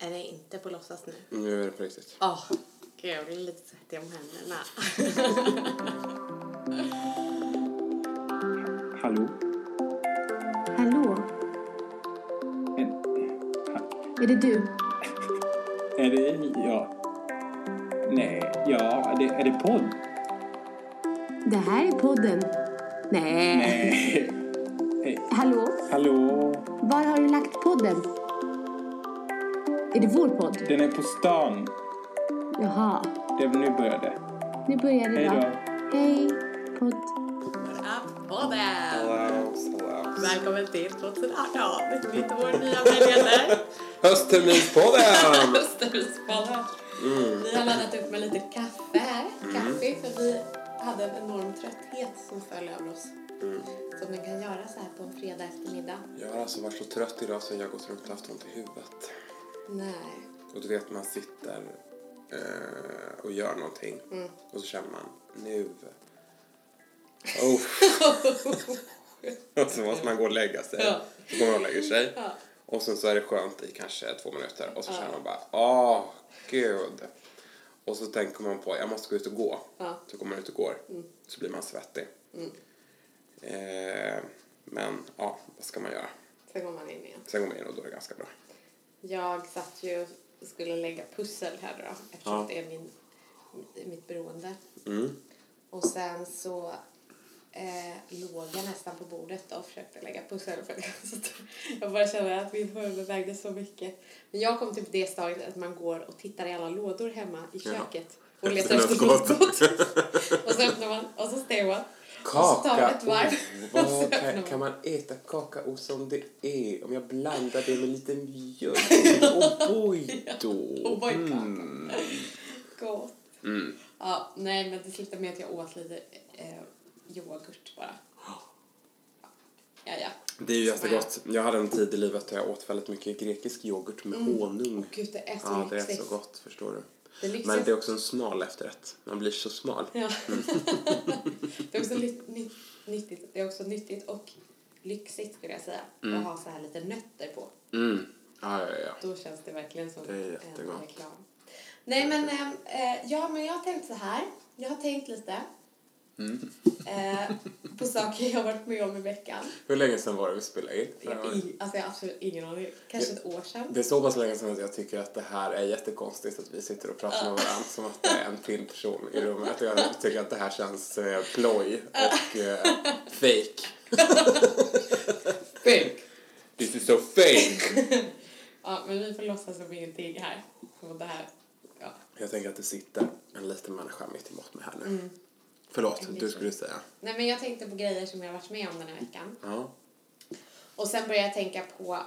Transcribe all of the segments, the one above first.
Är det inte på låtsas nu? Nu är det på riktigt. Gud, jag blir lite svettig om händerna. Hallå? Hallå? Är det du? Är det jag? Nej, ja, är det podd? Det här är podden. Nej. Hej. Hallå? Hallå? Var har du lagt podden? Är det vår podd? Den är på stan. Jaha. Nu börjar det. Nu börjar det. Hej då. Hej, podd. Podden! Hello. Välkommen till 2018. Mitt år, nya möjligheter. Höstterminspodden! Höstterminspodden. Vi har laddat upp med lite kaffe. För vi hade en enorm trötthet som föll över oss. Som den kan göra så här på en fredag eftermiddag. Jag har alltså varit så trött idag så jag gått runt och haft ont i huvudet. Nej. Och du vet, man sitter och gör någonting. Och så känner man, nu. Och så måste man gå och lägga sig. Ja. Så går man och lägger sig. Ja. Och sen så är det skönt i kanske 2 minuter. Och så känner man bara, gud. Och så tänker man på, jag måste gå ut och gå. Ja. Så går man ut och går. Så blir man svettig. Men ja, vad ska man göra? Sen går man in igen. Sen går man in och då är det ganska bra. Jag satt ju och skulle lägga pussel här då. Eftersom det är mitt beroende. Och sen så låg jag nästan på bordet och försökte lägga pussel. För jag bara kände att min huvud vägde så mycket. Men jag kom till det stadiet att man går och tittar i alla lådor hemma i köket. Och letar efter något gott. Och så öppnar man och så stänger man. Kaka, kan man äta kakao som det är? Om jag blandar det med lite mjölk. O'boy-kaka. Gott. Ja, nej, men det slutade med att jag åt lite yoghurt bara. Ja. Det är ju jättegott. Jag hade en tid i livet där jag åt väldigt mycket grekisk yoghurt med honung. Gud, det är så ja, det är lyxigt. så gott, förstår du. Men det är också en smal efterrätt. Man blir så smal. Ja. Det är också nyttigt. Det är också nyttigt och lyxigt, skulle jag säga. Att ha så här lite nötter på. Ja. Då känns det verkligen som en reklam. Nej, men men jag har tänkt så här. Jag har tänkt lite på saker jag har varit med om i veckan. Hur länge sedan var det vi spelade in? Jag har absolut ingen aning. Kanske ett år sedan. Det är så pass länge sedan att jag tycker att det här är jättekonstigt att vi sitter och pratar med varandra som att det är en till person i rummet. Jag tycker att det här känns ploj och fake. Fake. This is so fake. Ja, men vi får låtsas som ingenting här. Och det här, ja. Jag tänker att det sitter en liten människa mitt emot mig här nu. Förlåt, du skulle säga. Nej, men jag tänkte på grejer som jag har varit med om den här veckan. Ja. Och sen började jag tänka på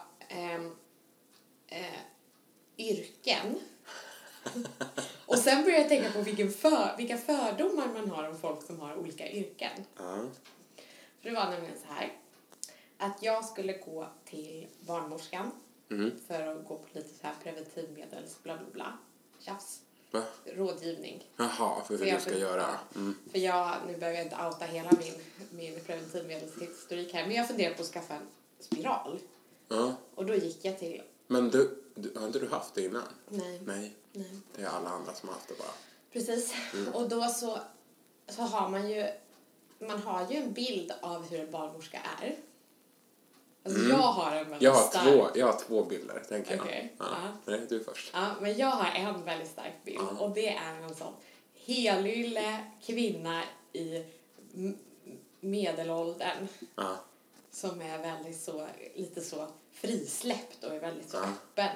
yrken. Och sen började jag tänka på vilka fördomar man har om folk som har olika yrken. För det var nämligen så här. Att jag skulle gå till barnmorskan. För att gå på lite så här preventivmedels bla bla bla. Tjafs. Va? Rådgivning. Jaha, för hur du ska göra. För nu behöver jag inte outa hela min preventivmedelshistorik här. Men jag funderar på att skaffa en spiral. Ja. Och då gick jag till... Men har inte du haft det innan? Nej. Det är alla andra som har haft det bara. Precis. Och då så har man ju... Man har ju en bild av hur en barnmorska är. Alltså jag har en väldigt jag har 2 bilder, tänker jag. Okay. Nej, du först. Ja, men jag har en väldigt stark bild. Och det är en sån helylle kvinna i medelåldern. Som är väldigt så, lite så frisläppt och är väldigt så öppen.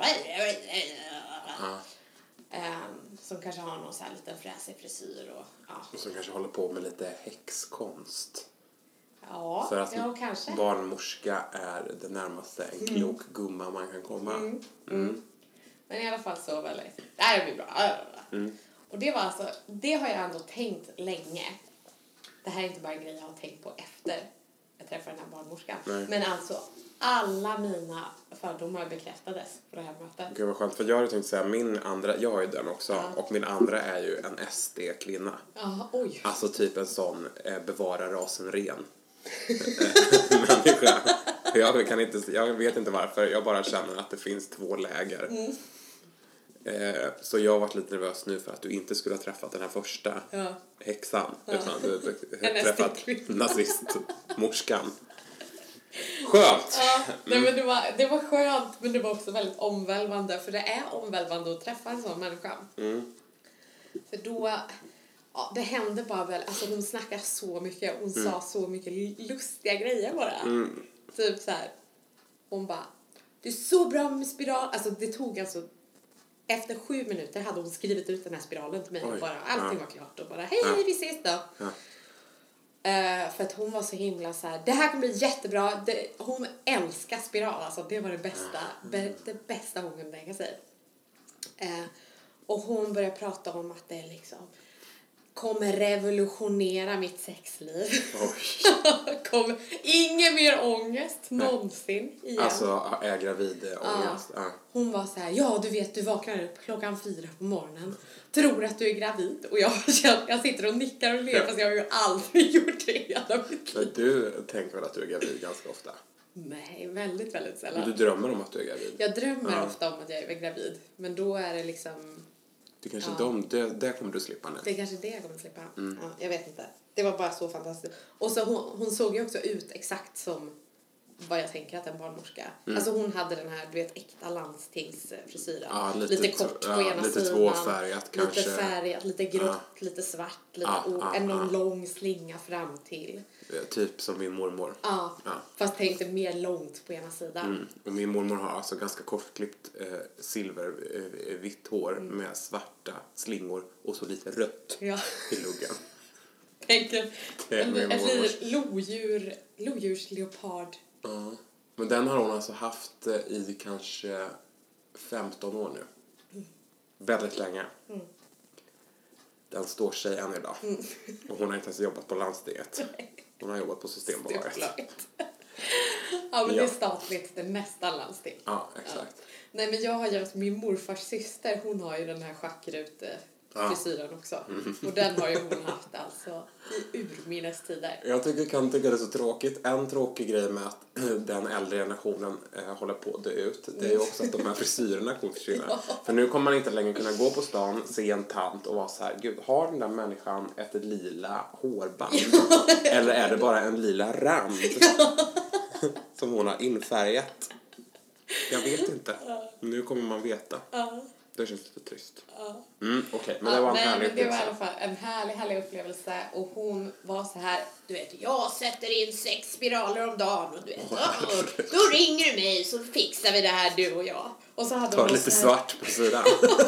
Som kanske har någon så här liten fräsig frisyr. Och som kanske håller på med lite häxkonst. Ja, för att kanske. Barnmorska är det närmaste en klok gumma man kan komma. Men i alla fall så väldigt. Det här blir bra. Och det var alltså, det har jag ändå tänkt länge. Det här är inte bara en grej jag har tänkt på efter jag träffade den här barnmorskan. Nej. Men alltså alla mina fördomar bekräftades på det här mötet. Gud vad skönt, för jag hade tänkt säga jag har ju den också. Och min andra är ju en SD-kvinna. Oj. Alltså typ en sån bevara rasen ren människa. Jag vet inte varför. Jag bara känner att det finns 2 läger. Så jag har varit lite nervös nu för att du inte skulle ha träffat den här första häxan. Utan du träffat nazistmorskan. Skönt! Ja, nej, men det var skönt, men det var också väldigt omvälvande. För det är omvälvande att träffa en sån människa. För då... Ja, det hände bara väl. Alltså hon snackade så mycket. Hon sa så mycket lustiga grejer bara. Typ så här. Hon bara, det är så bra med spiral. Alltså det tog alltså... Efter 7 minuter hade hon skrivit ut den här spiralen till mig. Och bara, allting var klart. Och bara, hej, vi ses då. För att hon var så himla så här. Det här kommer bli jättebra. Hon älskar spiral. Alltså det var det bästa hon kunde tänka sig. Och hon började prata om att det liksom kommer revolutionera mitt sexliv. Kommer ingen mer ångest någonsin igen. Alltså är gravid ångest. Hon var så här, ja du vet, du vaknar upp 4:00 på morgonen. Tror att du är gravid. Och jag sitter och nickar och ler fast jag har ju aldrig gjort det i hela mitt liv. Men du tänker väl att du är gravid ganska ofta? Nej, väldigt, väldigt sällan. Men du drömmer om att du är gravid? Jag drömmer ofta om att jag är gravid. Men då är det liksom... Det kanske det kommer du slippa nu. Det är kanske det jag kommer slippa. Ja, jag vet inte. Det var bara så fantastiskt. Och så hon såg ju också ut exakt som vad jag tänker att en barnmorska. Alltså hon hade den här, du vet, äkta landstingsfrisyren. Ja, lite kort på ena lite sidan. Tvåfärgat kanske. Lite färgat, lite grått, lite svart. En lång slinga fram till. Typ som min mormor. Ja. Fast tänkte mer långt på ena sidan. Och min mormor har alltså ganska kortklippt vitt hår med svarta slingor och så lite rött i luggen. Tänker lodjursleopard. Ja. Men den har hon alltså haft i kanske 15 år nu. Väldigt länge. Den står sig än idag. Och hon har inte ens jobbat på landstinget. Hon har jobbat på Systembolaget. Ja, men det är statligt. Det är nästan landsting. Ja, exakt. Ja. Nej, men jag har ju min morfars syster. Hon har ju den här schackrute-frisyren också. Och den har ju hon haft alltså i urminnes-tider. Jag kan tycka det är så tråkigt. En tråkig grej med att den äldre generationen håller på att dö ut. Det är ju också att de här frisyrerna kommer försvinna. För nu kommer man inte längre kunna gå på stan, se en tant och vara så här: gud, har den där människan ett lila hårband? Eller är det bara en lila rand som hon har infärgat? Jag vet inte. Nu kommer man veta. Det känns lite trist. Okej, men det var en härlig upplevelse. Det var i alla fall en härlig upplevelse. Och hon var så här, du vet, jag sätter in 6 spiraler om dagen. Och du vet, då ringer du mig så fixar vi det här, du och jag. Och så hade hon lite svart på sidan.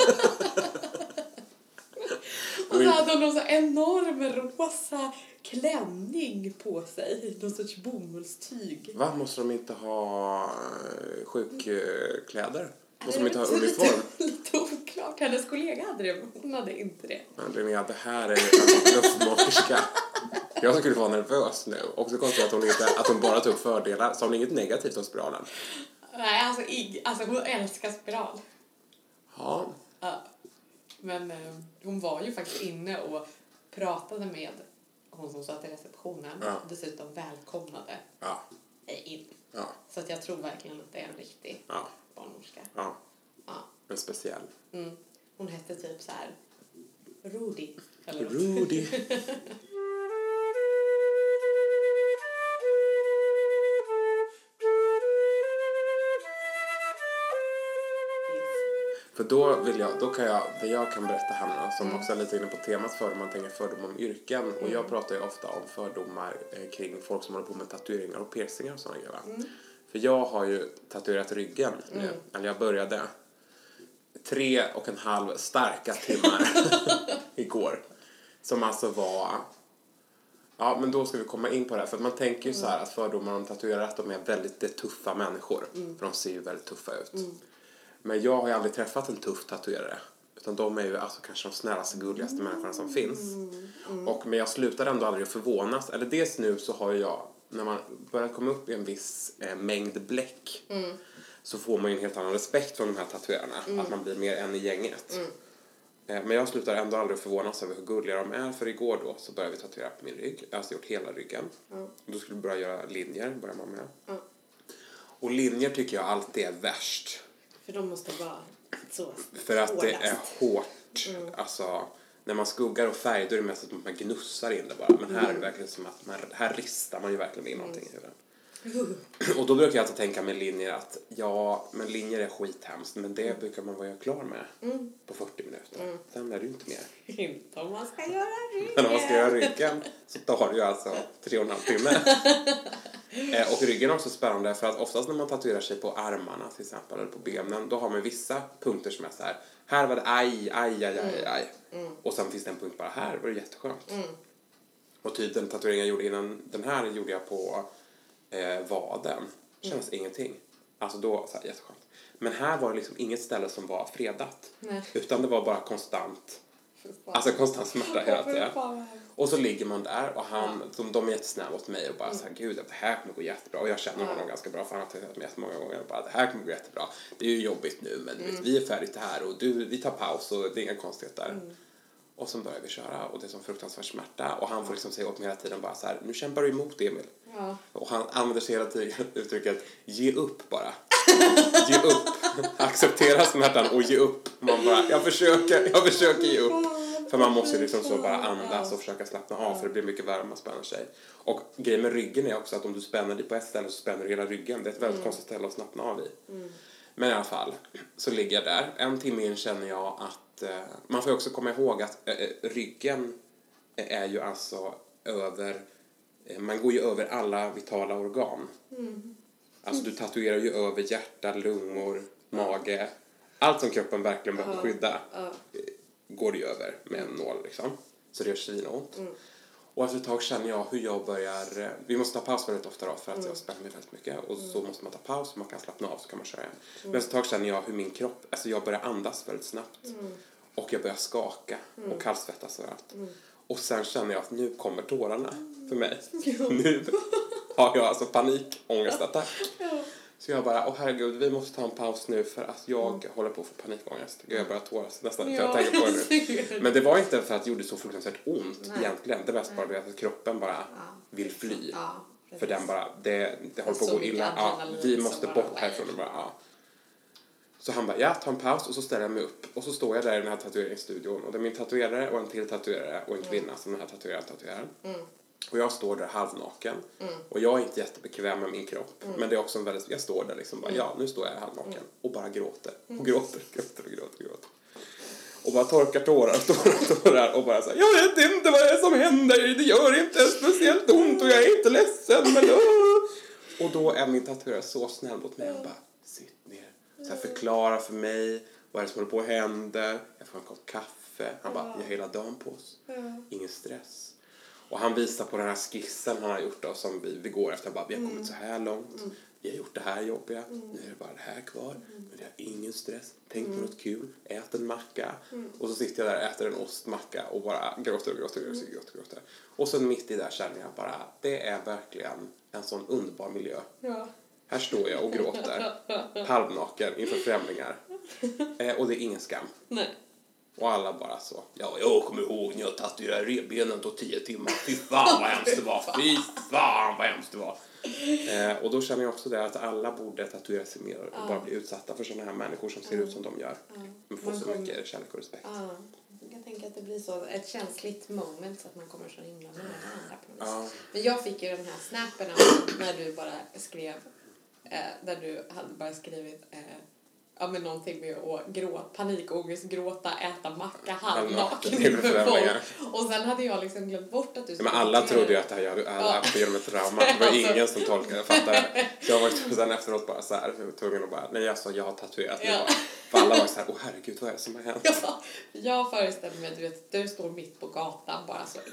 Och så hade hon någon så enorm rosa klänning på sig. Någon sorts bomullstyg. Va? Måste de inte ha sjukkläder? Måste de inte ha uniform? Lite oklart. Hennes kollega hade det, men hon hade inte det. Men Linnea, det här är en luftmakerska. Jag skulle vara nervös nu. Och så konstigt att hon bara tog fördelar. Så har hon inget negativt om spiralen? Nej, alltså hon älskar spiral. Ja. Men hon var ju faktiskt inne och pratade med hon som satt i receptionen. Och dessutom välkomnade in. Så att jag tror verkligen att det är en riktig barnmorska. Ja. En speciell. Hon hette typ så här Rudy. Eller Rudy. För det jag kan berätta här nu, som också är lite inne på temat för man tänker fördomar om yrken. Och jag pratar ju ofta om fördomar kring folk som håller på med tatueringar och piercingar och sådana grejer. För jag har ju tatuerat ryggen nu. Eller jag började 3,5 starka timmar igår. Som alltså var... Ja, men då ska vi komma in på det här. För man tänker ju så här att fördomar om tatuerare att de är väldigt tuffa människor. För de ser ju väldigt tuffa ut. Men jag har ju aldrig träffat en tuff tatuerare. Utan de är ju alltså kanske de snällaste, gulligaste människorna som finns. Men jag slutar ändå aldrig att förvånas. Eller dels nu så har jag, när man börjar komma upp i en viss mängd bläck. Så får man ju en helt annan respekt från de här tatuerarna. Att man blir mer en i gänget. Men jag slutar ändå aldrig att förvånas över hur gulliga de är. För igår då så började vi tatuera på min rygg. Jag har alltså gjort hela ryggen. Då skulle vi börja göra linjer, börjar man med. Och linjer tycker jag alltid är värst. För de måste vara så för att det är hårdast. hårt. Alltså, när man skuggar och färg då är det mest att man gnussar in det bara. Men här är det verkligen som att här ristar man ju verkligen in någonting i huvudet. Och då brukar jag alltid tänka med linjer att ja, men linjer är skithemskt. Men det brukar man vara klar med på 40 minuter. Sen är det ju inte mer. Inte om man ska göra ryggen. Men om man ska göra ryggen så tar det ju alltså 3,5 timmar. Och ryggen är också spännande för att oftast när man tatuerar sig på armarna till exempel eller på benen då har man vissa punkter som är så här var det aj. Och sen finns det en punkt bara här var det jätteskönt. Och typ den tatueringen jag gjorde innan den här gjorde jag på vaden. Känns ingenting. Alltså då så här, jätteskönt. Men här var det liksom inget ställe som var fredat. Nej. Utan det var bara konstant. Alltså konstant smärta hela tiden. Och så ligger man där och de är jättesnälla åt mig och bara så här, gud det här kommer gå jättebra. Och jag känner honom ganska bra för han har träffat mig många gånger och bara det här kommer gå jättebra. Det är ju jobbigt nu men vi är färdigt här och vi tar paus och det är inga konstigheter. Och så börjar vi köra och det är som fruktansvärd smärta och han får liksom säga åt mig hela tiden bara så här, nu kämpar du emot Emil. Ja. Och han använder sig hela tiden uttrycket ge upp bara. Ge upp. Acceptera smärtan och ge upp. Man bara, jag försöker ge upp. För man måste liksom så bara andas och försöka slappna av för det blir mycket värre om man spänner sig. Och grejen med ryggen är också att om du spänner dig på ett ställe så spänner du hela ryggen. Det är ett väldigt konstigt ställe att slappna av i. Men i alla fall så ligger jag där. En timme in känner jag att man får också komma ihåg att ryggen är ju alltså över man går ju över alla vitala organ. Alltså du tatuerar ju över hjärta, lungor, mage. Allt som kroppen verkligen behöver skydda går det ju över med en nål liksom. Så det gör svinont. Och efter ett tag känner jag hur jag börjar... Vi måste ta paus väldigt ofta då för att jag spänner mig väldigt mycket. Och så måste man ta paus och man kan slappna av så kan man köra igen. Men efter ett tag känner jag hur min kropp... Alltså jag börjar andas väldigt snabbt. Och jag börjar skaka och kallsvettas och allt. Och sen känner jag att nu kommer tårarna för mig. Nu har jag alltså panikångestattack. Så jag bara, herregud, vi måste ta en paus nu för att jag håller på att få panikångest. Jag börjar tåras nästan för jag tänker på det nu. Men det var inte för att det gjorde så fruktansvärt ont egentligen. Det var bara det att kroppen bara vill fly. För den bara, det håller på att gå illa. Vi måste bort härifrån. Så han bara, ta en paus och så ställer jag mig upp. Och så står jag där i den här tatueringsstudion. Och det är min tatuerare och en till tatuerare och en kvinna som den här tatuerar. Och jag står där halvnaken. Och jag är inte jättebekväm med min kropp. Men det är också en väldigt... Jag står där liksom bara, nu står jag halvnaken. Och bara gråter. Och gråter. Och bara torkar tårar. Och bara så här, jag vet inte vad det är som händer. Det gör inte speciellt ont. Och jag är inte ledsen. Men... Och då är min tatuerare så snäll mot mig. Och bara, sitt ner. Så här, förklara för mig. Vad är det som håller på att hända. Jag får en kopp kaffe. Han bara, jag har hela dagen på oss. Ingen stress. Och han visar på den här skissen han har gjort då, som vi går efter. Bara, vi har kommit så här långt. Vi har gjort det här jobbiga. Nu är det bara det här kvar. Men det har ingen stress. Tänk på något kul. Ät en macka. Och så sitter jag där och äter en ostmacka. Och bara gråter. Och sen mitt i där känner jag bara. Det är verkligen en sån underbar miljö. Ja. Här står jag och gråter. Halvnaken inför främlingar. Och det är ingen skam. Nej. Och alla bara så. Ja, jag kommer ihåg när jag tatuerade revbenen tog 10 timmar. Fy fan vad hemskt det var. Och då känner jag också det att alla borde tatuera sig mer och bara bli utsatta för sådana här människor som ser ut som de gör. Man får så mycket kärlek och respekt. Jag tänker att det blir så ett känsligt moment så att man kommer så himla med varandra på något sätt. Men jag fick ju den här snappen när du bara skrev där du hade bara skrivit men någonting med att panikångest, gråta, äta macka, halvnaken. Och sen hade jag liksom glömt bort att du skulle... Men alla trodde ju att det här alla genom ett trauma. Det var ingen som tolkade, jag fattar. Så jag var sen efteråt bara så här, jag var tvungen att bara, nej alltså jag har tatuerat. För alla var så här, herregud vad är det som har hänt? Jag föreställer mig att du står mitt på gatan bara så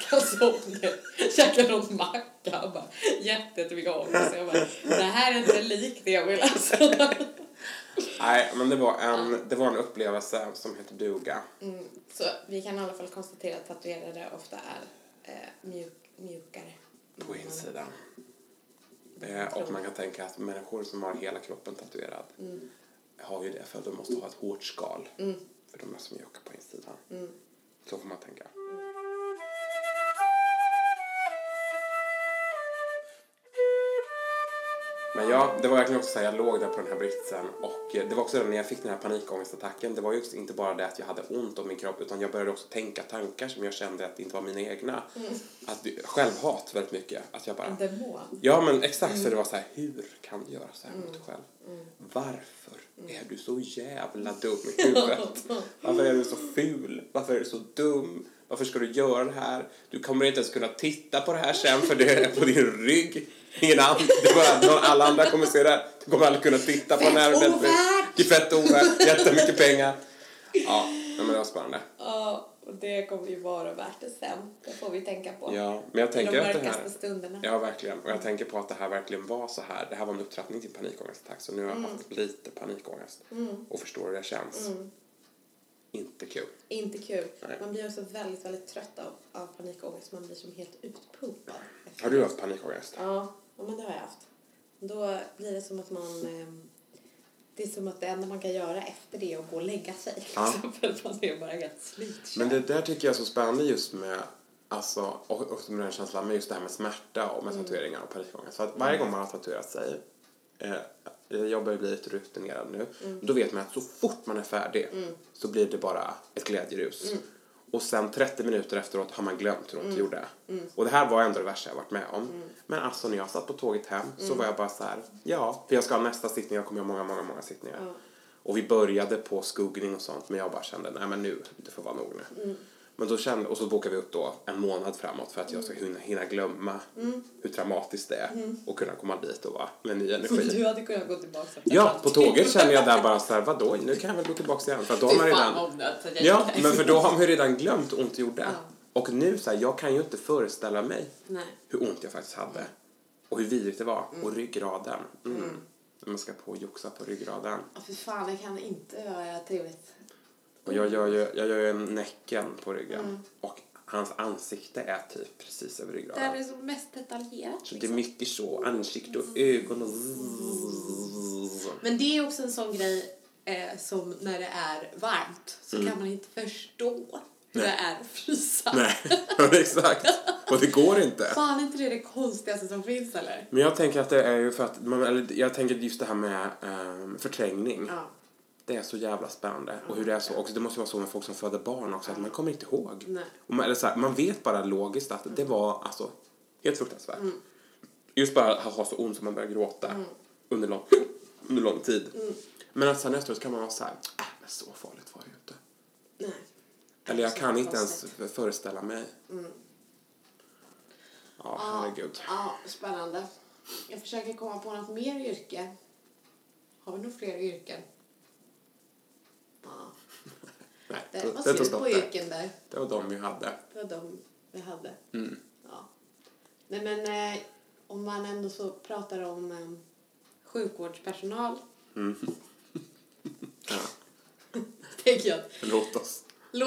käkar någon macka och bara jättemycket ångest. Jag bara, det här är inte likt det jag vill alltså. Nej, men det var en upplevelse som heter duga. Så vi kan i alla fall konstatera att tatuerare ofta är mjukare. På insidan. Och man kan tänka att människor som har hela kroppen tatuerad har ju det för att de måste ha ett hårt skal. För de är så mjuka på insidan. Så får man tänka. Men ja, det var verkligen också så här, jag låg där på den här britsen och det var också när jag fick den här panikångestattacken, det var ju inte bara det att jag hade ont om min kropp utan jag började också tänka tankar som jag kände att det inte var mina egna. Att självhat väldigt mycket. Att jag bara, en demon. Ja, men exakt, för det var så här, hur kan du göra så här mot dig själv? Varför är du så jävla dum i huvudet? Varför är du så ful? Varför är du så dum? Varför ska du göra det här? Du kommer inte ens kunna titta på det här sen för det är på din rygg. Ingen annan, det bara, alla andra kommer se det. Du kommer aldrig kunna titta på den här. Det är fett ovärt, jättemycket pengar. Ja, men det var spännande. Ja, och det kommer ju vara värt det sen. Det får vi tänka på. Ja, men jag tänker att det här, stunderna. Ja, verkligen. Och jag tänker på att det här verkligen var så här. Det här var en upptrappning till panikångestattack. Så nu har jag haft lite panikångest. Och förstår hur det känns. Inte kul. Inte kul. Nej. Man blir också väldigt, väldigt trött av panikångest. Man blir som helt utpumpad. Har du haft panikångest? Ja, men det har jag haft. Då blir det som att man... Det är som att det enda man kan göra efter det är att gå och lägga sig. Ja. För att man är bara helt slutkörd. Men det där tycker jag är så spännande just med... Alltså, och med den känslan med just det här med smärta och med tatueringar och panikångest. För att varje gång man har tatuerat sig... jag börjar bli lite rutinerad nu. Då vet man att så fort man är färdig så blir det bara ett glädjerus. Och sen 30 minuter efteråt har man glömt hur ont det gjorde. Och det här var ändå det värsta jag varit med om. Men alltså när jag satt på tåget hem så var jag bara så här. Ja, för jag ska ha nästa sittning. Jag kommer ha många sittningar. Och vi började på skuggning och sånt. Men jag bara kände, nej men nu, det får vara nog nu. Men då kände, och så bokade vi upp då en månad framåt för att jag ska hinna glömma hur traumatiskt det är och kunna komma dit och vara med ny energi. Du hade kunnat gå tillbaka. Ja, på tåget känner jag där bara så här, vadå, nu kan jag väl gå tillbaka igen. För att då har man redan, ja, men för då har man ju redan glömt hur ont det gjorde. Och nu så här, jag kan ju inte föreställa mig hur ont jag faktiskt hade. Och hur vidrigt det var. Och ryggraden. Man ska på och joxa på ryggraden. Ja, för fan, det kan inte vara trevligt. Och jag gör ju en näcken på ryggen. Och hans ansikte är typ precis över ryggraden. Det är så mest detaljerat. Så det är mycket så. Ansikte och ögon och... Men det är också en sån grej som när det är varmt så kan man inte förstå hur det är att frysa. Nej, exakt. Och det går inte. Fan, inte det konstigaste som finns, eller? Men jag tänker att det är ju för att... jag tänker just det här med förträngning. Ja. Det är så jävla spännande. Och hur det är så. Och det måste vara så med folk som föder barn också. Att man kommer inte ihåg. Nej. Och eller så här, man vet bara logiskt att det var alltså helt fruktansvärt. Just bara att ha så ont som man börjar gråta. Under lång tid. Men att sen efteråt kan man vara så här. Men så farligt var det ju inte. Nej. Eller jag kan inte ens föreställa mig. Ja, herregud. Ja, spännande. Jag försöker komma på något mer yrke. Har vi nog fler yrken? Ja. Nej, Det var slut på yrken där. Det var de vi hade. Ja. Nej, men om man ändå så pratar om sjukvårdspersonal. Ja. Tänker jag. Låt oss.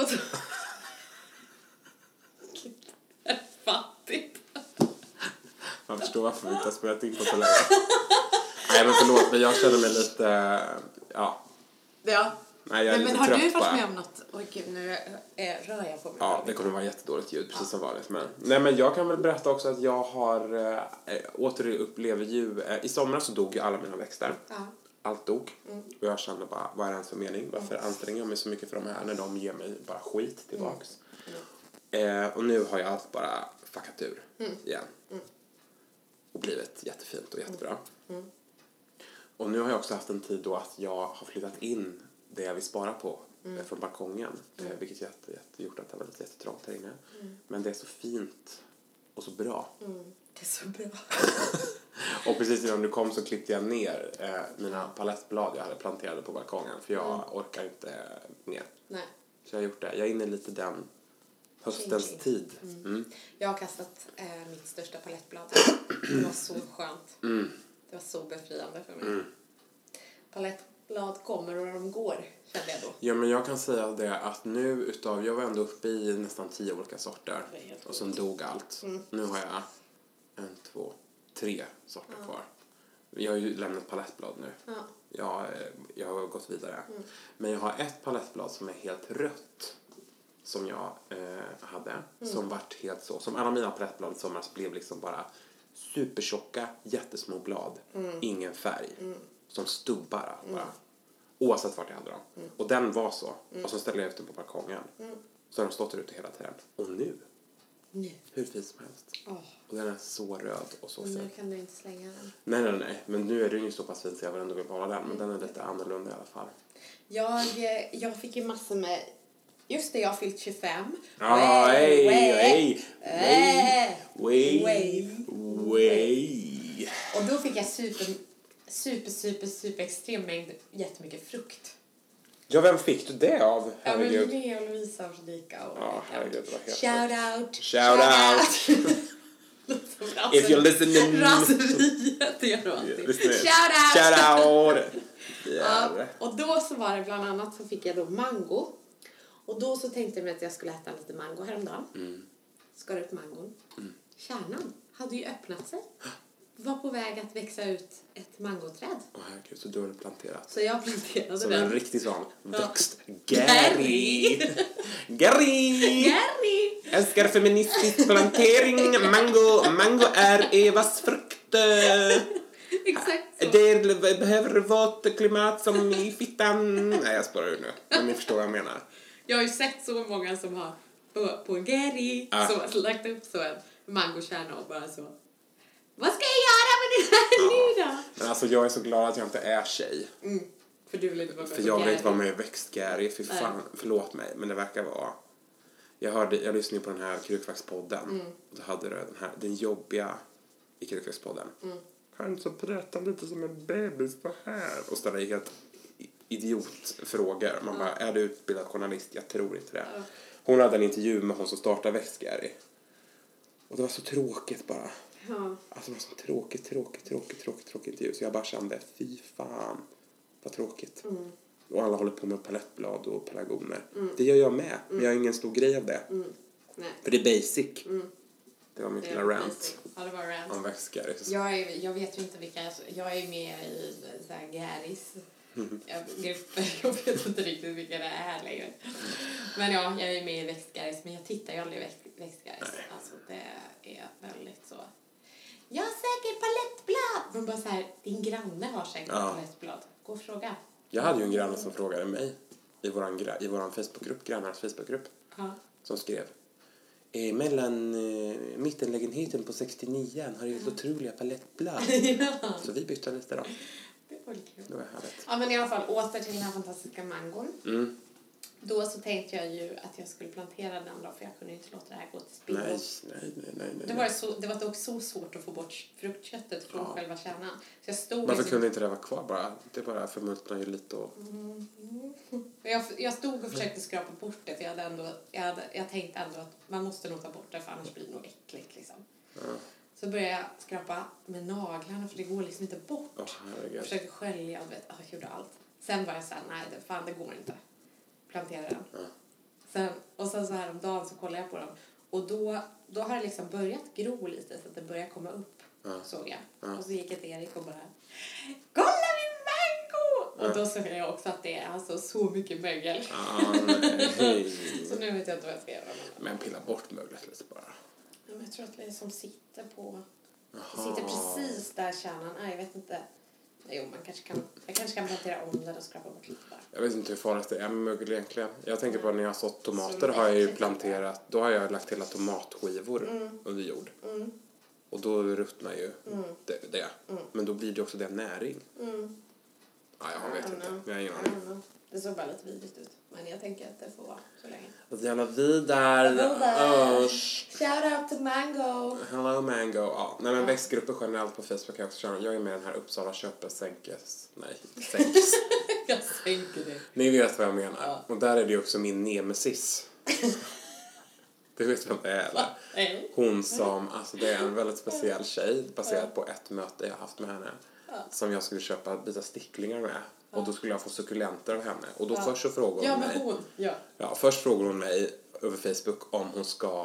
Fattigt. Man förstår varför vi inte har spelat in på så länge. Nej, men förlåt, men jag känner mig lite... Ja. Nej, jag är lite men har trött du varit bara. med om något? Oj, gud, nu rör jag på mig. Ja, det kommer vara jättedåligt ljud, precis som vanligt. Men jag kan väl berätta också att jag har återupplever ju... I somras så dog ju alla mina växter. Ja. Allt dog. Och jag kände bara, vad är det ens för mening? Varför anstränger jag mig så mycket för de här när de ger mig bara skit tillbaks? Och nu har jag allt bara fuckat ur igen. Och blivit jättefint och jättebra. Och nu har jag också haft en tid då att jag har flyttat in det jag vill spara på från balkongen. Vilket gjort att det var lite jättetrångt här inne. Men det är så fint och så bra. Det är så bra. Och precis innan du kom så klippte jag ner mina palettblad jag hade planterade på balkongen. För jag orkar inte mer. Nej. Så jag har gjort det. Jag är inne i lite den höstens tid. Jag har kastat mitt största palettblad. Det var så skönt. Det var så befriande för mig. Palettblad kommer och de går, kände jag då. Ja, men jag kan säga det att nu jag var ändå uppe i nästan 10 olika sorter. Och sen dog allt. Nu har jag 1, 2, 3 sorter kvar. Jag har ju lämnat palettblad nu. Jag har gått vidare. Men jag har ett palettblad som är helt rött. Som jag hade. Som vart helt så. Som alla mina palettblad i somras blev liksom bara supertjocka, jättesmå blad. Ingen färg. Som stubbar bara. Oavsett vart jag hade dem. Och den var så. Och så ställde jag ut den på balkongen. Så har de stått där ute hela tiden. Och nu. Hur fin som helst. Och den är så röd och så fin. Nu kan du inte slänga den. Nej. Men nu är den ju så pass fin så jag vill ändå behålla den. Men den är lite annorlunda i alla fall. Jag fick ju massor med... Just det, jag har fyllt 25. Hej. Och då fick jag super extrem mängd jättemycket frukt. Ja, vem fick du det av? Ja, men Linnea och Lovisa och Fredrika och... Ja, herregud, vad heter Shout out! If you're listening... Raseriet, det gör du alltid. Shout out! Ja, och då så var det bland annat så fick jag då mango. Och då så tänkte jag mig att jag skulle äta lite mango häromdagen. Skar upp mangon. Kärnan hade ju öppnat sig. Var på väg att växa ut ett mangoträd. Herregud, så du har planterat. Så jag planterade som den. En riktig sån växt. Gary! Gary! Älskar feministisk plantering. Mango är Evas frukt. Exakt så. Det behöver vårt klimat som i fittan. Nej, jag spårar ju nu. Men ni förstår vad jag menar. Jag har ju sett så många som har på Gary som har lagt upp så en mangokärna och bara så. Vad ska jag göra med det här nu då? Men alltså jag är så glad att jag inte är tjej. För du vill inte vara med. För jag vill inte vara med i växt-Gary. Fy fan, förlåt mig. Men det verkar vara... Jag lyssnade på den här Krukvaxpodden. Och då hade du den jobbiga i Krukvaxpodden. Kan så berätta lite som en bebis på här. Och ställa helt idiotfrågor. Man bara, är du utbildad journalist? Jag tror inte det. Hon hade en intervju med hon som startade växt-Gary. Och det var så tråkigt bara. Ja. Alltså det var så tråkigt intervju. Så jag bara kände, fy fan, vad tråkigt. Och alla håller på med palettblad och pelargoner. Det gör jag med, men jag har ingen stor grej av det. Nej. För det är basic. Det var min lilla rant. Basic. Ja, det var rant. Om växtgäris. Jag vet ju inte vilka, jag är med i så här Gäris. Jag vet inte riktigt vilka det är längre. Men ja, jag är med i växtgäris, men jag tittar ju aldrig i växtgäris. Alltså det är väldigt så. Jag har säkert palettblad. Men bara så här, din granne har säkert palettblad. Gå och fråga. Jag hade ju en granne som frågade mig i våran Facebookgrupp, grannarnas Facebookgrupp. Som skrev. Mellan mittenlägenheten på 69 har ju otroliga palettblad. Så vi bytte lite då. Det var kul. Det var härligt. Ja, men i alla fall åter till den här fantastiska mangon. Då så tänkte jag ju att jag skulle plantera den då, för jag kunde inte låta det här gå till spillo. Nej. Det var dock så svårt att få bort fruktköttet från själva kärnan. Så jag stod Varför kunde inte det vara kvar bara? Det bara förmultnar ju lite och... Jag stod och försökte skrapa bort det, för jag tänkte ändå att man måste nog ta bort det, för annars blir det nog äckligt liksom. Så började jag skrapa med naglarna, för det går liksom inte bort. Jag försökte skölja och jag gjorde allt. Sen var jag så här, nej det går inte. Plantera den. Sen så här om dagen så kollade jag på dem. Och då har det liksom börjat gro lite, så att det börjar komma upp. Såg jag. Och så gick jag till Erik och bara, kolla min mango! Och då såg jag också att det är alltså så mycket mögel. Så nu vet jag inte vad jag ska göra. Men pilla bort möglet lite bara. Ja, men jag tror att det är som sitter på... Det sitter precis där kärnan är. Jag vet inte. Jo, jag kanske kan plantera om den och skrapa bort lite bara. Jag vet inte hur farligt det är med mögel egentligen. Jag tänker på när jag har sått tomater har jag ju planterat. Då har jag lagt hela tomatskivor under jord. Och då ruttnar ju det. Men då blir det också den näring. Ja, jag vet inte. Jag har ingen aning. Det såg bara lite vidrigt ut. Men jag tänker att det får vara så länge. Alltså jävla vidare. Shout out to Mango. Hello Mango. Ja, nej men växtgrupper generellt på Facebook kan jag också köra. Jag är med i den här Uppsala köper sänkes. Nej, sänkes. Jag sänker det. Ni vet vad jag menar. Och där är det också min nemesis. Du vet vem det är, eller? Hon som, alltså det är en väldigt speciell tjej baserat på ett möte jag haft med henne. Som jag skulle köpa vita sticklingar med. Och då skulle jag få sukulenter av henne. Och då först så frågade hon mig. Först frågade hon mig över Facebook om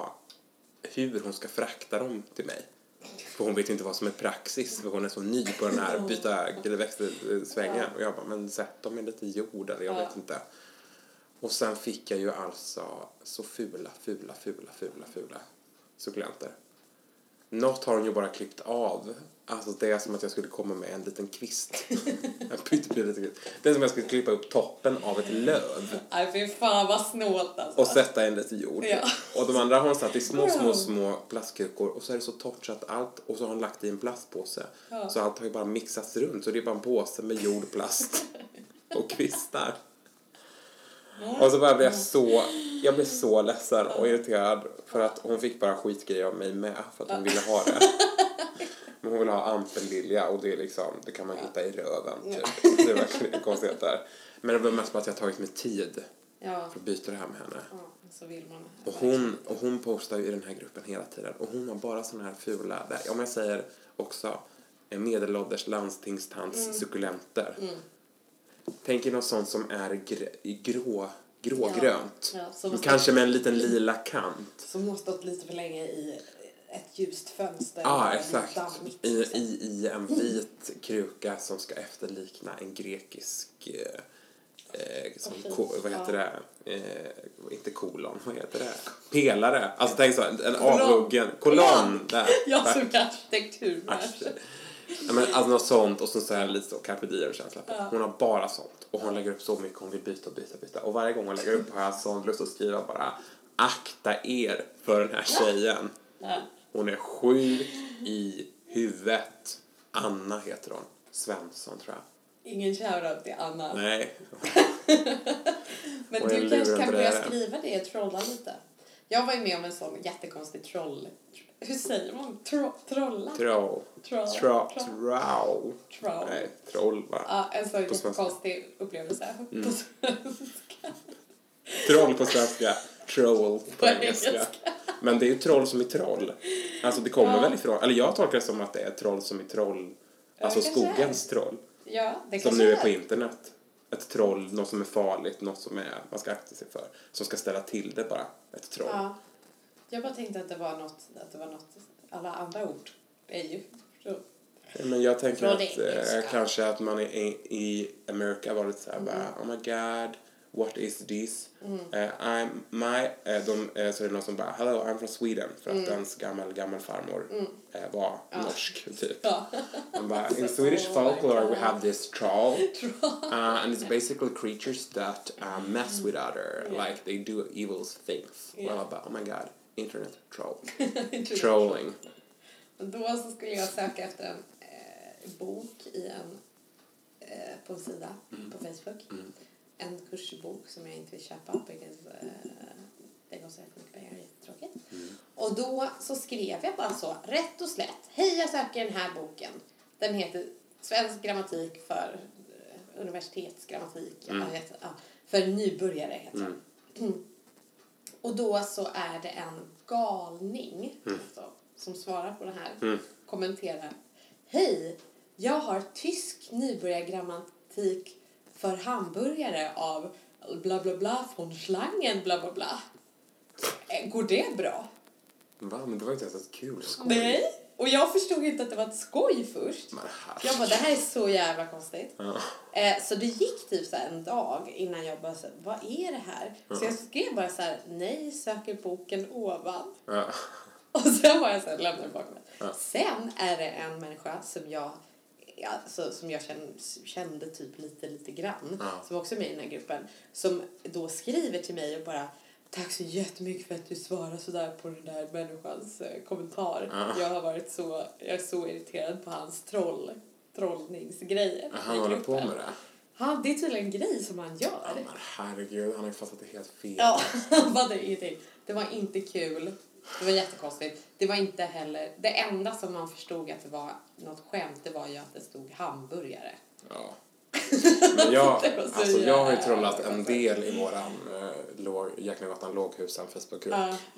hur hon ska frakta dem till mig. För hon vet inte vad som är praxis. För hon är så ny på den här byta växtsvängen. Och jag bara, men sätt dem i lite jord eller jag vet inte. Och sen fick jag ju alltså så fula sukulenter. något har hon ju bara klippt av. Alltså det är som att jag skulle komma med en liten kvist. En pytteliten kvist. Det är som att jag skulle klippa upp toppen av ett löv. Nej, fy fan vad snålt alltså. Och sätta in lite jord. Ja. Och de andra har hon satt i små plastkukor. Och så är det så torrt så att allt... Och så har hon lagt i en plastpåse. Ja. Så allt har ju bara mixats runt. Så det är bara en påse med jord, plast och kvistar. Och så började jag blev så ledsen och irriterad. För att hon fick bara skitgrejer av mig med. För att hon ville ha det. Men hon vill ha ampellilja och det är liksom, det kan man hitta i röven typ. Det är verkligen konstigt där. Men det var mest bara att jag tagit mig tid för att byta det här med henne. Ja, så vill man. Och hon postar ju i den här gruppen hela tiden. Och hon har bara såna här fula, om jag säger också en medelålders landstingstants sukulenter. Tänk er något sånt som är grågrönt. Kanske med en liten lila kant. Som har stått lite för länge i ett ljust fönster. Ja, exakt. I en vit kruka som ska efterlikna en grekisk vad heter det? Inte kolon, vad heter det? Pelare. Alltså tänk så, en avhuggen kolonn där. Jag som arkitektur. Ja, men alltså något sånt och så är det lite så carpe diem-känsla. Hon har bara sånt och hon lägger upp så mycket hon vill byta och varje gång hon lägger upp har jag sån lust att skriva bara akta er för den här tjejen. Hon är sjuk i huvudet. Anna heter hon. Svensson tror jag. Ingen shoutout till Anna. Nej. Men du kanske kan börja skriva det, trolla lite. Jag var ju med om en sån jättekonstig troll. Hur säger man? Trolla? Nej, troll va? Ja, en sån jättekonstig upplevelse på svenska. Troll på svenska. Troll på engelska. Men det är ju troll som är troll. Alltså det kommer väl ifrån. Eller jag tolkar det som att det är troll som är troll. Alltså skogens troll. Ja, det som nu är på internet. Ett troll, något som är farligt, något som är man ska akta sig för. Som ska ställa till det bara. Ett troll. Ja. Jag bara tänkte att det var något alla andra ord är ju men jag tänker att kanske att man i Amerika var lite så här bara, oh my god, what is this? Så är det någon som bara, hello, I'm from Sweden. För att ens gammal farmor var norsk, typ. Man bara, in Swedish folklore we have this troll. And it's basically creatures that mess with other. Like they do evil things. Och jag bara, oh my god, internet troll. Trolling. Då så skulle jag söka efter en bok på en sida på Facebook. En kursbok som jag inte vill köpa. Det går så mycket pengar, det är jättetråkigt. Och då så skrev jag bara så, rätt och slätt. Hej, jag söker den här boken. Den heter Svensk grammatik för universitetsgrammatik. För nybörjare heter den. Och då så är det en galning som svarar på det här. Kommenterar. Hej, jag har tysk nybörjargrammatik för hamburgare av bla bla bla från slangen bla bla bla. Går det bra? Va? Men det var inte ens ett kul skoj. Nej, och jag förstod inte att det var ett skoj först. Jag bara, det här är så jävla konstigt. Så det gick typ så här en dag innan jag bara, vad är det här? Så jag skrev bara så här, nej, söker boken ovan. Och sen var jag så här, lämnade bakom mig. Sen är det en människa som jag kände typ lite grann. Som också är med i den här gruppen. Som då skriver till mig och bara, tack så jättemycket för att du svarar så där på den där människans kommentar. Jag är så irriterad på hans trollningsgrejer. Han håller på med det. Ja, det är tydligen en grej som han gör. Ja, men herregud, han har ju fattat det helt fel. Ja, han fattade ingenting. Det var inte kul. Det var jättekonstigt. Det var inte heller... Det enda som man förstod att det var något skämt, det var ju att det stod hamburgare. Ja. Men jag har ju trollat en del i våran Jäknegatan Låghusen Facebookgrupp.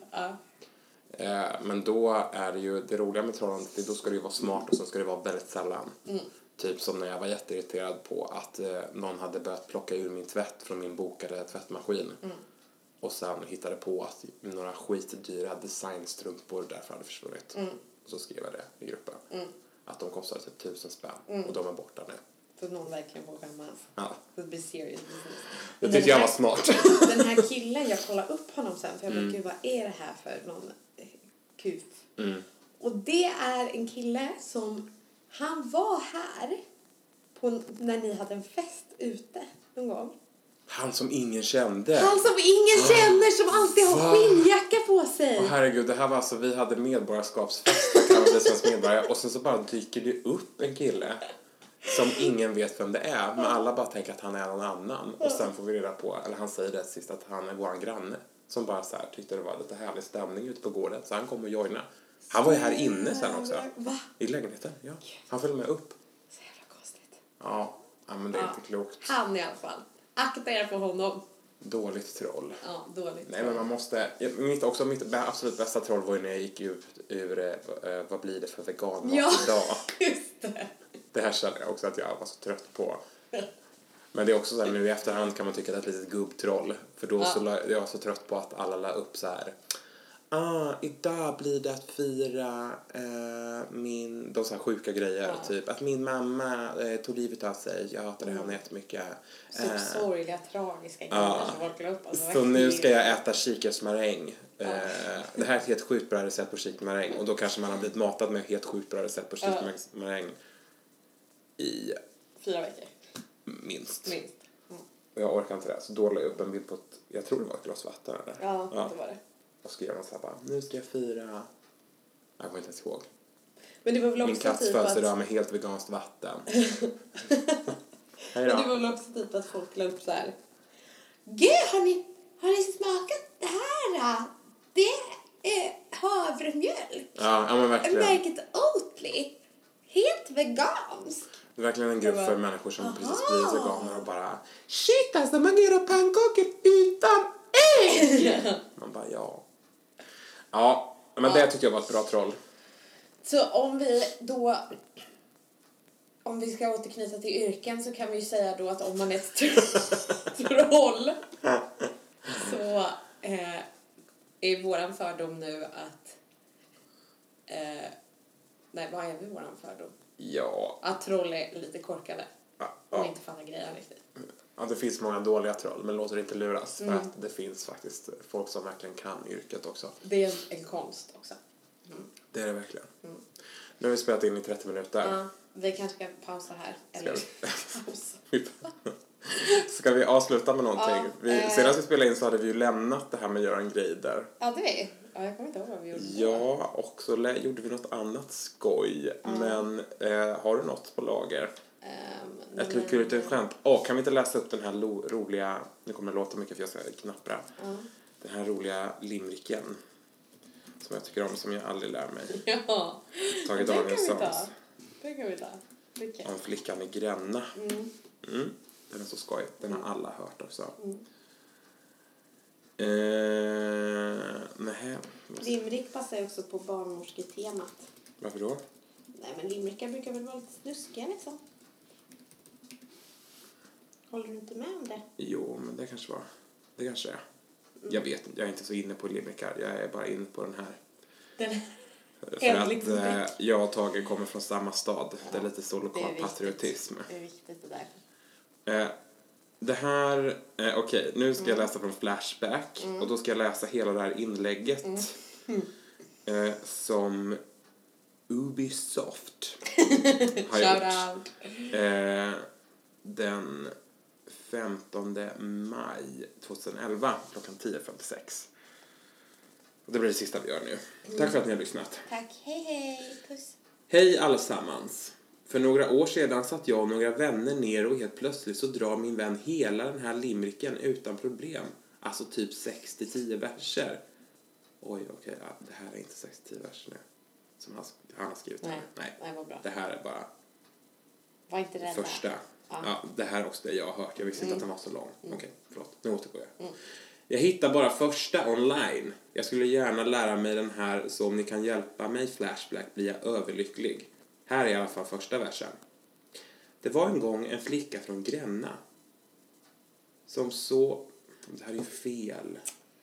Men då är det ju det roliga med trollandet, då ska det ju vara smart och så ska det vara väldigt sällan. Typ som när jag var jätteirriterad på att någon hade börjat plocka ur min tvätt från min bokade tvättmaskin. Och sen hittade på att några skitdyra designstrumpor därför hade försvunnit. Och så skrev jag det i gruppen. Att de kostade typ 1000 spänn. Och de är borta nu. Så någon verkligen får skämmas. Ja. Det blir serious. Jag tyckte jag var smart. Den här killen, jag kollade upp honom sen. För jag bara, gud, vad är det här för någon kuf? Och det är en kille som... Han var här när ni hade en fest ute någon gång. Han som ingen kände. Han som ingen känner, som alltid har skinnjacka på sig. Herregud, det här var alltså, vi hade medborgarskapsfest, kan man bli svensk medborgare. Och sen så bara dyker det upp en kille som ingen vet vem det är. Men alla bara tänker att han är någon annan. Och sen får vi reda på, eller han säger det sist, att han är våran granne. Som bara så här tyckte det var lite härlig stämning ute på gården. Så han kom och joina. Han var ju här inne sen också. Va? I lägenheten, ja. Han följde med upp. Så jävla konstigt. Ja, men det är inte klokt. Han i alla fall. Akta er på honom. Dåligt troll. Ja, dåligt. Nej, men man måste... Mitt absolut bästa troll var ju när jag gick ur vad blir det för veganmat idag. Just det. Det här känner jag också att jag var så trött på. Men det är också så här, nu i efterhand kan man tycka att det är ett litet gubbtroll. För då så jag var så trött på att alla la upp så här. Idag blir det att fira de så här sjuka grejer. Typ att min mamma tog livet av sig. Jag hatade henne jättemycket. Så sorgliga, tragiska grejer som folk la upp. Alltså, så nu ska jag äta kikärtsmaräng. Det här är ett helt sjukt bra recept på kikärtsmaräng. Och då kanske man har blivit matad med helt sjukt bra recept på kikärtsmaräng i 4 veckor. Minst. Och jag orkar inte det. Så då la jag upp en bild på jag tror det var ett glas vatten eller? Ja, det var det. Och skrev någon så här bara, nu ska jag fira. Jag kommer inte ens ihåg. Men det var väl också min katts typ födelsedag med helt veganskt vatten. Men det var väl också typ att folk la upp så här. Gud, har ni smakat det här? Det är havremjölk. Ja, men verkligen. Märket Oatly. Helt vegansk. Det är verkligen en grupp för människor som precis blivit veganer och bara shit, alltså man gör pannkakor utan ägg. Man bara ja, men det tycker jag var ett bra troll. Så om vi ska återknyta till yrken så kan vi ju säga då att om man är ett troll så är våran fördom nu att vad är våran fördom? Ja. Att troll är lite korkade och inte fattar grejen riktigt. Ja, det finns många dåliga troll, men låter inte luras. För att det finns faktiskt folk som verkligen kan yrket också. Det är en konst också. Det är det verkligen. Nu har vi spelat in i 30 minuter. Ja, vi kanske ska pausa här. Eller Ska vi avsluta med någonting? Senast vi spelade in så hade vi ju lämnat det här med att göra en grej där. Ja, det är. Ja, jag kommer inte ihåg vad vi gjorde. Ja, och så gjorde vi något annat skoj. Men har du något på lager? Ett lite skämt. Kan vi inte läsa upp den här roliga... Nu kommer det låta mycket för jag ska knappra. Den här roliga limericken. Som jag tycker om, som jag aldrig lär mig. Ja, Tage Danielssons. Det kan vi ta. Om flickan i Gränna. Den är så skoj. Den har alla hört också. Limerick passar ju också på barnmorsketemat. Varför då? Nej, men limerickar brukar väl vara lite snuskiga liksom. Håller du inte med om det? Jo, men det kanske var. Det kanske är. Jag vet inte, jag är inte så inne på limerickar. Jag är bara inne på den här. För att jag och Tage kommer från samma stad. Det är lite så lokal patriotism. Det är viktigt det där. Det här, okej, nu ska jag läsa från Flashback. Och då ska jag läsa hela det här inlägget. Som Ubisoft har gjort. Den 15 maj 2011 klockan 10:56. Och det blir det sista vi gör nu. Tack för att ni har lyssnat. Tack, hej, puss. Hej allesammans. För några år sedan satt jag och några vänner ner och helt plötsligt så drar min vän hela den här limericken utan problem. Alltså typ 6-10 verser. Oj, okej, det här är inte 6-10 verser nu. Som han har skrivit. Nej, vad bra. Det här är bara var inte rädda. Första. Ja, det här är också det jag har hört. Jag visste inte att den var så lång. Okej, förlåt. Nu återgår jag. Jag hittar bara första online. Jag skulle gärna lära mig den här, så om ni kan hjälpa mig Flashback blir jag överlycklig. Här är i alla fall första versen. Det var en gång en flicka från Gränna som så... Det här är ju fel.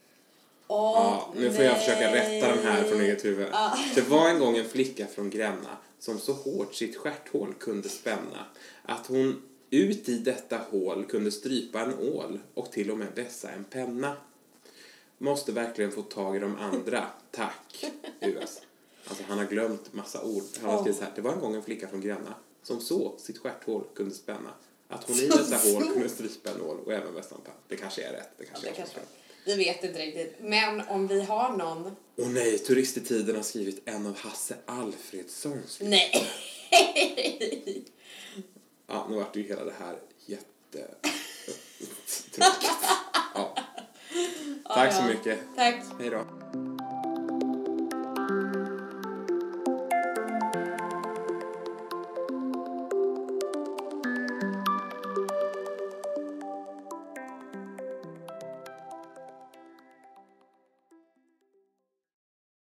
Nu får jag försöka rätta den här från eget huvud. Det var en gång en flicka från Gränna som så hårt sitt stjärthål kunde spänna att hon ut i detta hål kunde strypa en ål och till och med vässa en penna. Måste verkligen få tag i de andra. Tack, US. Alltså han har glömt massa ord. Han har skrivit så här: det var en gång en flicka från Gränna som så sitt stjärthål kunde spänna. Att hon i detta hål kunde strypa en nål och även västanpa. Det kanske är rätt. Det kanske är rätt. Vi vet inte riktigt. Men om vi har någon... Åh nej, Turist i tiden har skrivit en av Hasse Alfredsons. Nej. Ja, nu vart det ju hela det här jätte... Ja. Tack så mycket. Tack. Hej då.